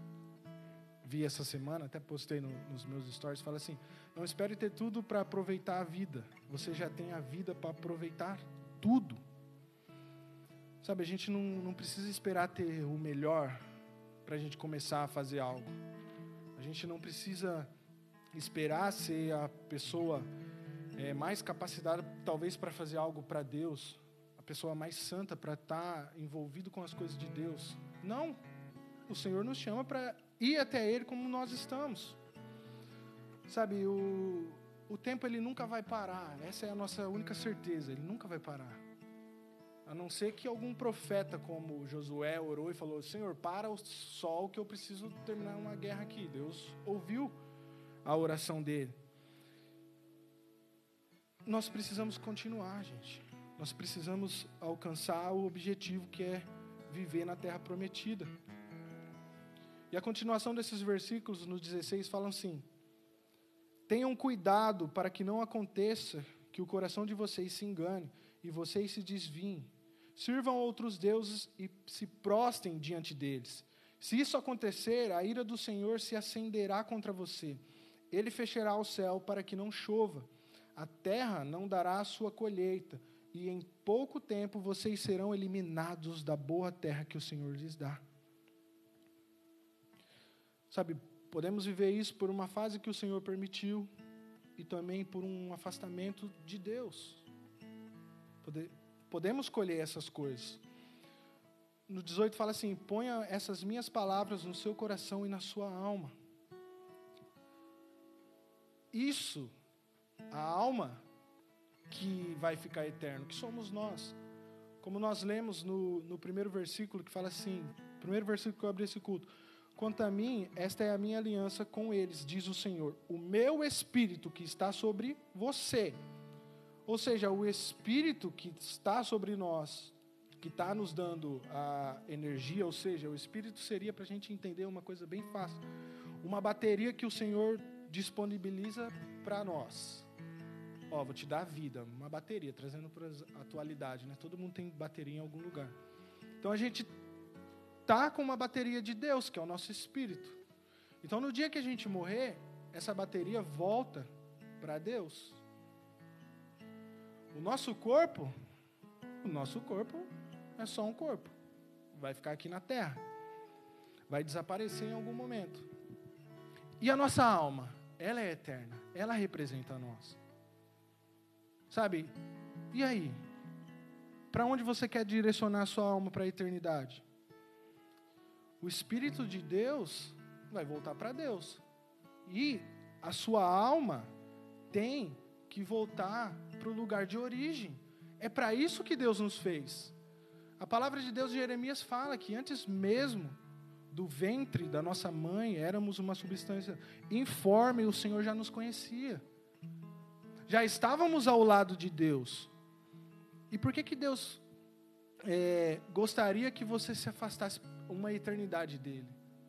A: vi essa semana, até postei nos meus stories, fala assim, não espere ter tudo para aproveitar a vida. Você já tem a vida para aproveitar tudo. Sabe, a gente não precisa esperar ter o melhor para a gente começar a fazer algo. A gente não precisa esperar ser a pessoa mais capacitada, talvez, para fazer algo para Deus, a pessoa mais santa para estar envolvido com as coisas de Deus. Não, o Senhor nos chama para ir até Ele como nós estamos. Sabe, o tempo ele nunca vai parar, essa é a nossa única certeza, ele nunca vai parar. A não ser que algum profeta como Josué orou e falou, Senhor, para o sol que eu preciso terminar uma guerra aqui. Deus ouviu a oração dele. Nós precisamos continuar, gente. Nós precisamos alcançar o objetivo que é viver na terra prometida. E a continuação desses versículos, no 16, falam assim, tenham cuidado para que não aconteça que o coração de vocês se engane e vocês se desviem. Sirvam outros deuses e se prostrem diante deles. Se isso acontecer, a ira do Senhor se acenderá contra você. Ele fechará o céu para que não chova. A terra não dará a sua colheita. E em pouco tempo vocês serão eliminados da boa terra que o Senhor lhes dá. Sabe, podemos viver isso por uma fase que o Senhor permitiu e também por um afastamento de Deus. Podemos escolher essas coisas. No 18 fala assim, ponha essas minhas palavras no seu coração e na sua alma. Isso, a alma que vai ficar eterno, que somos nós. Como nós lemos no primeiro versículo que fala assim, primeiro versículo que eu abri esse culto, quanto a mim, esta é a minha aliança com eles, diz o Senhor, o meu Espírito que está sobre você. Ou seja, o Espírito que está sobre nós, que está nos dando a energia, ou seja, o Espírito seria, para a gente entender uma coisa bem fácil, uma bateria que o Senhor disponibiliza para nós. Vou te dar a vida, uma bateria, trazendo para a atualidade, né? Todo mundo tem bateria em algum lugar. Então a gente está com uma bateria de Deus, que é o nosso Espírito. Então no dia que a gente morrer, essa bateria volta para Deus. O nosso corpo é só um corpo. Vai ficar aqui na terra. Vai desaparecer em algum momento. E a nossa alma, ela é eterna. Ela representa a nós. Sabe? E aí? Para onde você quer direcionar a sua alma para a eternidade? O Espírito de Deus vai voltar para Deus. E a sua alma tem que voltar para o lugar de origem. É para isso que Deus nos fez. A palavra de Deus de Jeremias fala que antes mesmo do ventre da nossa mãe, éramos uma substância informe, e o Senhor já nos conhecia. Já estávamos ao lado de Deus. E por que Deus gostaria que você se afastasse uma eternidade dele?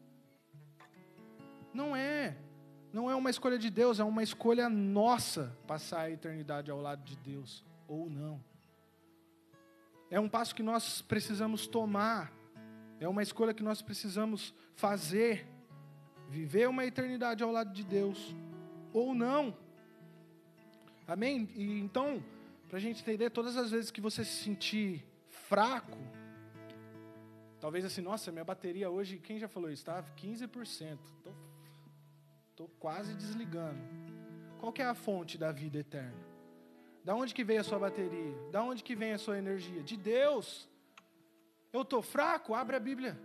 A: Não é uma escolha de Deus, é uma escolha nossa passar a eternidade ao lado de Deus, ou não. É um passo que nós precisamos tomar, é uma escolha que nós precisamos fazer, viver uma eternidade ao lado de Deus, ou não. Amém? E então, para a gente entender, todas as vezes que você se sentir fraco, talvez assim, nossa, minha bateria hoje, quem já falou isso? Tá? 15%. Estou quase desligando. Qual que é a fonte da vida eterna? Da onde que veio a sua bateria? Da onde que vem a sua energia? De Deus. Eu estou fraco? Abre a Bíblia.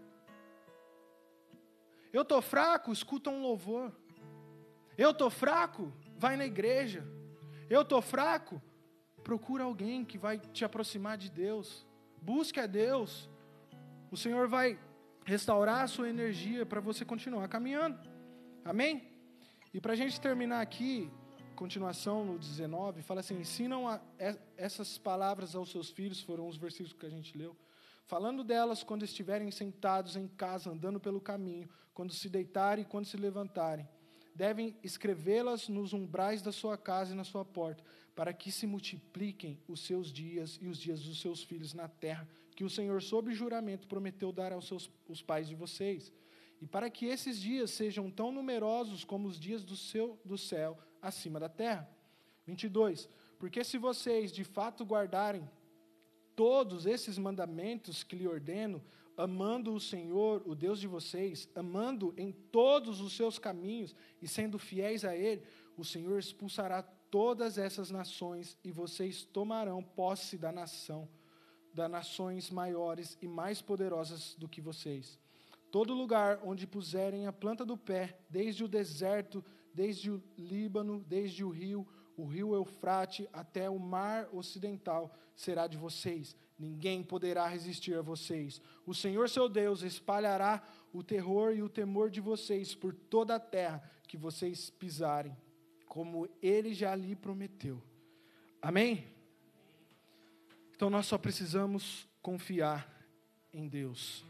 A: Eu estou fraco? Escuta um louvor. Eu estou fraco? Vai na igreja. Eu estou fraco? Procura alguém que vai te aproximar de Deus. Busque a Deus. O Senhor vai restaurar a sua energia para você continuar caminhando. Amém? E para a gente terminar aqui, continuação no 19, fala assim: ensinam essas palavras aos seus filhos, foram os versículos que a gente leu, falando delas quando estiverem sentados em casa, andando pelo caminho, quando se deitarem e quando se levantarem. Devem escrevê-las nos umbrais da sua casa e na sua porta, para que se multipliquem os seus dias e os dias dos seus filhos na terra, que o Senhor, sob juramento, prometeu dar aos os pais de vocês. E para que esses dias sejam tão numerosos como os dias do céu acima da terra. 22. Porque se vocês de fato guardarem todos esses mandamentos que lhe ordeno, amando o Senhor, o Deus de vocês, amando em todos os seus caminhos e sendo fiéis a Ele, o Senhor expulsará todas essas nações e vocês tomarão posse das nações maiores e mais poderosas do que vocês. Todo lugar onde puserem a planta do pé, desde o deserto, desde o Líbano, desde o rio Eufrate, até o mar ocidental, será de vocês. Ninguém poderá resistir a vocês. O Senhor, seu Deus, espalhará o terror e o temor de vocês por toda a terra que vocês pisarem, como Ele já lhe prometeu. Amém? Então nós só precisamos confiar em Deus.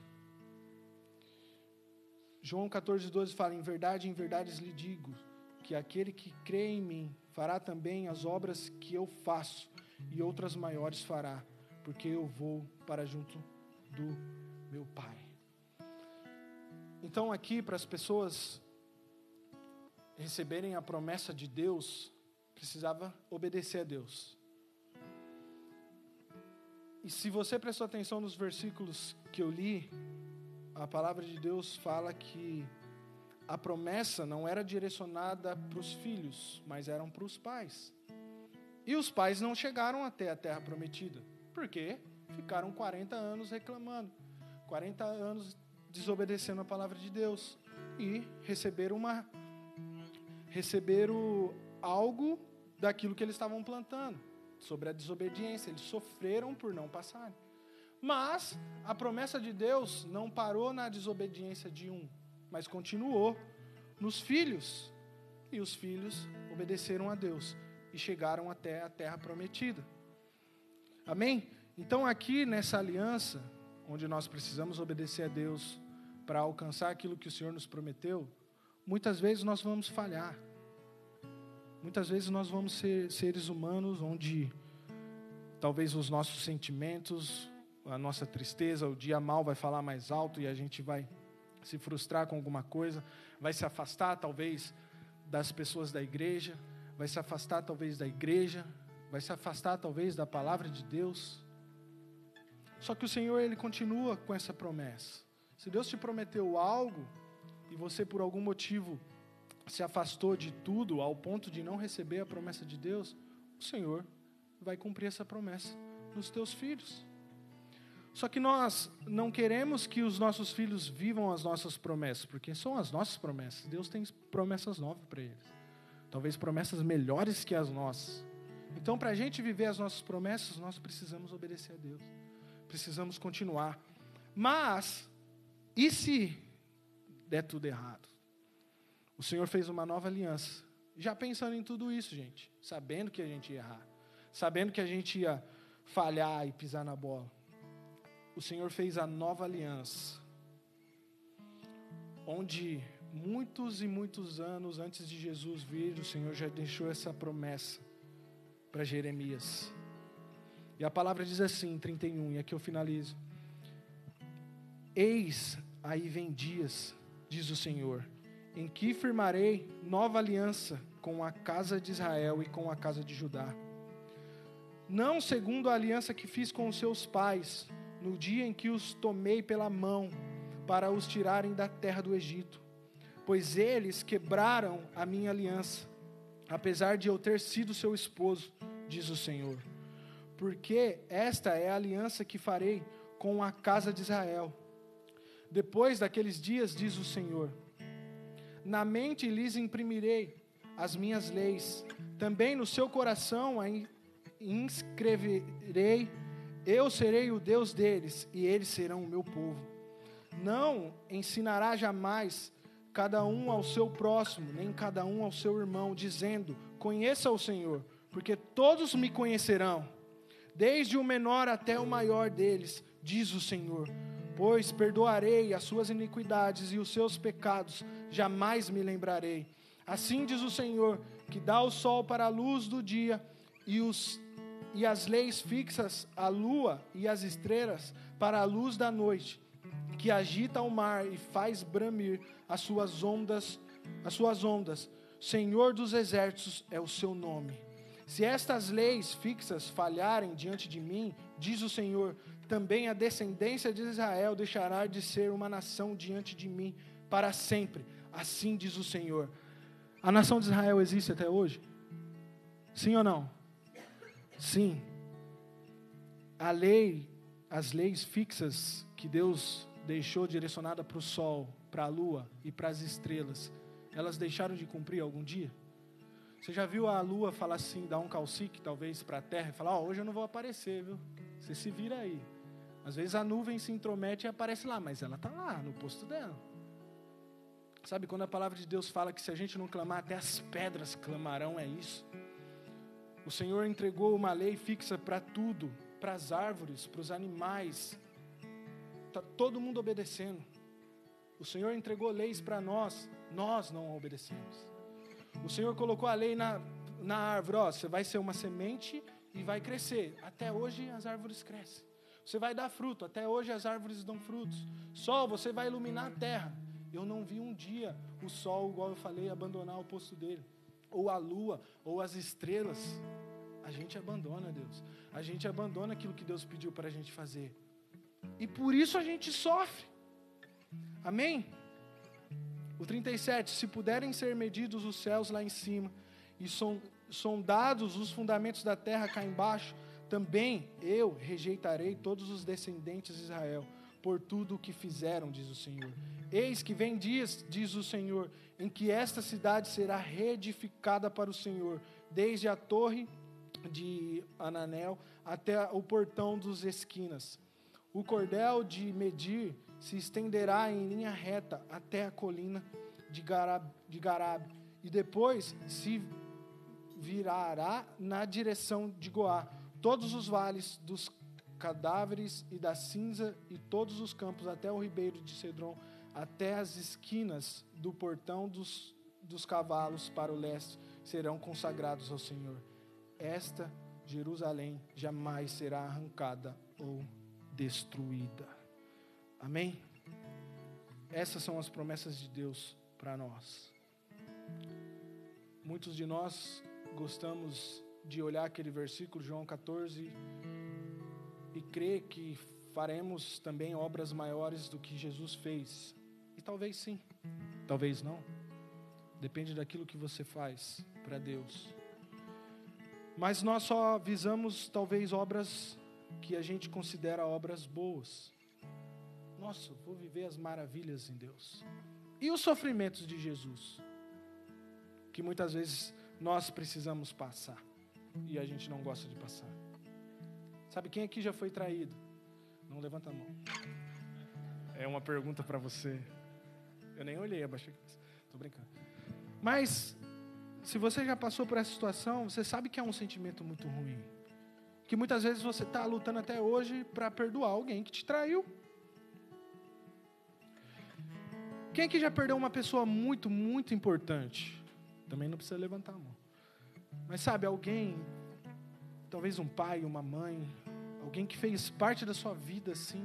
A: João 14:12 fala: em verdade lhe digo, que aquele que crê em mim fará também as obras que eu faço, e outras maiores fará, porque eu vou para junto do meu Pai. Então aqui, para as pessoas receberem a promessa de Deus, precisava obedecer a Deus. E se você prestou atenção nos versículos que eu li, a palavra de Deus fala que a promessa não era direcionada para os filhos, mas eram para os pais. E os pais não chegaram até a terra prometida. Por quê? Ficaram 40 anos reclamando, 40 anos desobedecendo a palavra de Deus. E receberam algo daquilo que eles estavam plantando, sobre a desobediência. Eles sofreram por não passarem. Mas a promessa de Deus não parou na desobediência de um, mas continuou nos filhos. E os filhos obedeceram a Deus e chegaram até a terra prometida. Amém? Então aqui nessa aliança, onde nós precisamos obedecer a Deus para alcançar aquilo que o Senhor nos prometeu, muitas vezes nós vamos falhar. Muitas vezes nós vamos ser seres humanos onde talvez os nossos sentimentos, a nossa tristeza, o dia mal vai falar mais alto e a gente vai se frustrar com alguma coisa, vai se afastar talvez das pessoas da igreja, vai se afastar talvez da igreja, vai se afastar talvez da palavra de Deus. Só que o Senhor, Ele continua com essa promessa. Se Deus te prometeu algo e você por algum motivo se afastou de tudo ao ponto de não receber a promessa de Deus, o Senhor vai cumprir essa promessa nos teus filhos. Só que nós não queremos que os nossos filhos vivam as nossas promessas, porque são as nossas promessas. Deus tem promessas novas para eles. talvez promessas melhores que as nossas. Então, para a gente viver as nossas promessas, nós precisamos obedecer a Deus. Precisamos continuar. Mas, e se der tudo errado? O Senhor fez uma nova aliança. Já pensando em tudo isso, gente. Sabendo que a gente ia errar. Sabendo que a gente ia falhar e pisar na bola. O Senhor fez a nova aliança. Onde muitos e muitos anos antes de Jesus vir, o Senhor já deixou essa promessa para Jeremias. E a palavra diz assim, em 31, e aqui eu finalizo. Eis, aí vem dias, diz o Senhor, em que firmarei nova aliança com a casa de Israel e com a casa de Judá. Não segundo a aliança que fiz com os seus pais, no dia em que os tomei pela mão, para os tirarem da terra do Egito. Pois eles quebraram a minha aliança, apesar de eu ter sido seu esposo, diz o Senhor. Porque esta é a aliança que farei com a casa de Israel. Depois daqueles dias, diz o Senhor, na mente lhes imprimirei as minhas leis, também no seu coração a inscreverei, eu serei o Deus deles, e eles serão o meu povo. Não ensinará jamais cada um ao seu próximo, nem cada um ao seu irmão, dizendo, conheça o Senhor, porque todos me conhecerão, desde o menor até o maior deles, diz o Senhor. Pois perdoarei as suas iniquidades e os seus pecados, jamais me lembrarei. Assim diz o Senhor, que dá o sol para a luz do dia e as leis fixas, a lua e as estrelas para a luz da noite, que agita o mar e faz bramir as suas ondas. Senhor dos exércitos é o seu nome. Se estas leis fixas falharem diante de mim, diz o Senhor, também a descendência de Israel deixará de ser uma nação diante de mim para sempre. Assim diz o Senhor. A nação de Israel existe até hoje? Sim ou não? Sim. As leis fixas que Deus deixou direcionada para o sol, para a lua e para as estrelas, elas deixaram de cumprir algum dia? Você já viu a lua falar assim, dar um calcique talvez para a terra e falar, hoje eu não vou aparecer, viu? Você se vira aí. Às vezes a nuvem se intromete e aparece lá, mas ela está lá, no posto dela. Sabe, quando a palavra de Deus fala que se a gente não clamar, até as pedras clamarão, é isso. O Senhor entregou uma lei fixa para tudo, para as árvores, para os animais. Está todo mundo obedecendo. O Senhor entregou leis para nós não obedecemos. O Senhor colocou a lei na árvore, você vai ser uma semente e vai crescer. Até hoje as árvores crescem. Você vai dar fruto, até hoje as árvores dão frutos. Sol, você vai iluminar a terra. Eu não vi um dia o sol, igual eu falei, abandonar o posto dele. Ou a lua, ou as estrelas. A gente abandona Deus. A gente abandona aquilo que Deus pediu para a gente fazer. E por isso a gente sofre. Amém? O 37, se puderem ser medidos os céus lá em cima e sondados os fundamentos da terra cá embaixo, também eu rejeitarei todos os descendentes de Israel por tudo o que fizeram, diz o Senhor. Eis que vem dias, diz o Senhor, em que esta cidade será reedificada para o Senhor, desde a torre de Ananel até o portão dos esquinas. O cordel de medir se estenderá em linha reta até a colina de Garab, e depois se virará na direção de Goá. Todos os vales dos cadáveres e da cinza e todos os campos até o ribeiro de Cedron, até as esquinas do portão dos cavalos para o leste, serão consagrados ao Senhor. Esta Jerusalém jamais será arrancada ou destruída. Amém? Essas são as promessas de Deus para nós. Muitos de nós gostamos de olhar aquele versículo, João 14, e crer que faremos também obras maiores do que Jesus fez. E talvez sim, talvez não. Depende daquilo que você faz para Deus. Mas nós só visamos talvez obras que a gente considera obras boas. Nossa, vou viver as maravilhas em Deus. E os sofrimentos de Jesus? Que muitas vezes nós precisamos passar e a gente não gosta de passar. Sabe quem aqui já foi traído? Não levanta a mão. É uma pergunta para você. Eu nem olhei, abaixei a cabeça. Tô brincando. Mas, se você já passou por essa situação, você sabe que é um sentimento muito ruim. Que muitas vezes você está lutando até hoje para perdoar alguém que te traiu. Quem aqui já perdeu uma pessoa muito, muito importante? Também não precisa levantar a mão. Mas sabe, alguém, talvez um pai, uma mãe, alguém que fez parte da sua vida assim.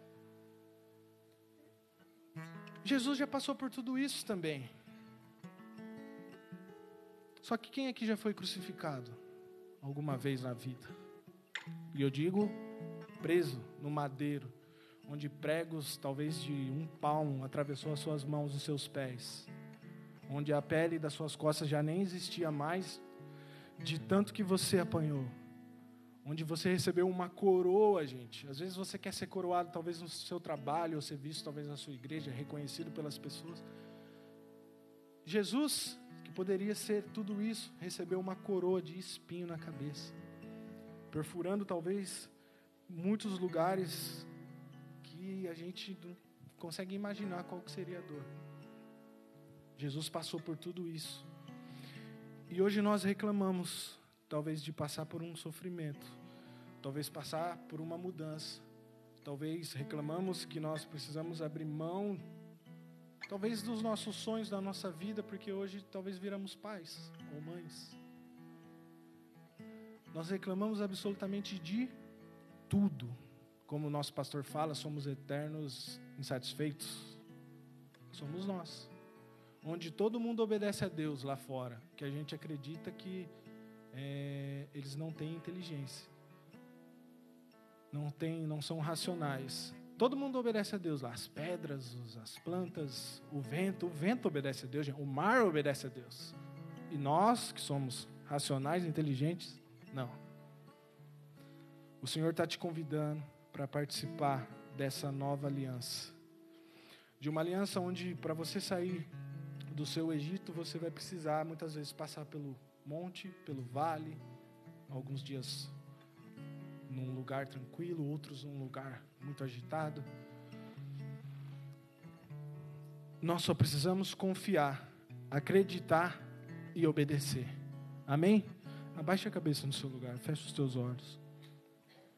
A: Jesus já passou por tudo isso também. Só que quem aqui já foi crucificado alguma vez na vida? E eu digo, preso no madeiro, onde pregos talvez de 1 palmo atravessou as suas mãos e seus pés, onde a pele das suas costas já nem existia mais, de tanto que você apanhou, onde você recebeu uma coroa, gente. Às vezes você quer ser coroado talvez no seu trabalho, ou ser visto talvez na sua igreja, reconhecido pelas pessoas. Jesus, que poderia ser tudo isso, recebeu uma coroa de espinho na cabeça, perfurando talvez muitos lugares que a gente não consegue imaginar qual que seria a dor. Jesus passou por tudo isso. E hoje nós reclamamos, talvez, de passar por um sofrimento, talvez passar por uma mudança, talvez reclamamos que nós precisamos abrir mão, talvez dos nossos sonhos, da nossa vida, porque hoje talvez viramos pais ou mães. Nós reclamamos absolutamente de tudo. Como o nosso pastor fala, somos eternos insatisfeitos. Somos nós. Onde todo mundo obedece a Deus lá fora, que a gente acredita que eles não têm inteligência. Não são racionais. Todo mundo obedece a Deus lá. As pedras, as plantas, o vento obedece a Deus, o mar obedece a Deus. E nós, que somos racionais, inteligentes, não. O Senhor está te convidando para participar dessa nova aliança. De uma aliança onde, para você sair do seu Egito, você vai precisar, muitas vezes, passar pelo monte, pelo vale, alguns dias num lugar tranquilo, outros num lugar muito agitado. Nós só precisamos confiar, acreditar e obedecer. Amém? Abaixe a cabeça no seu lugar, feche os teus olhos.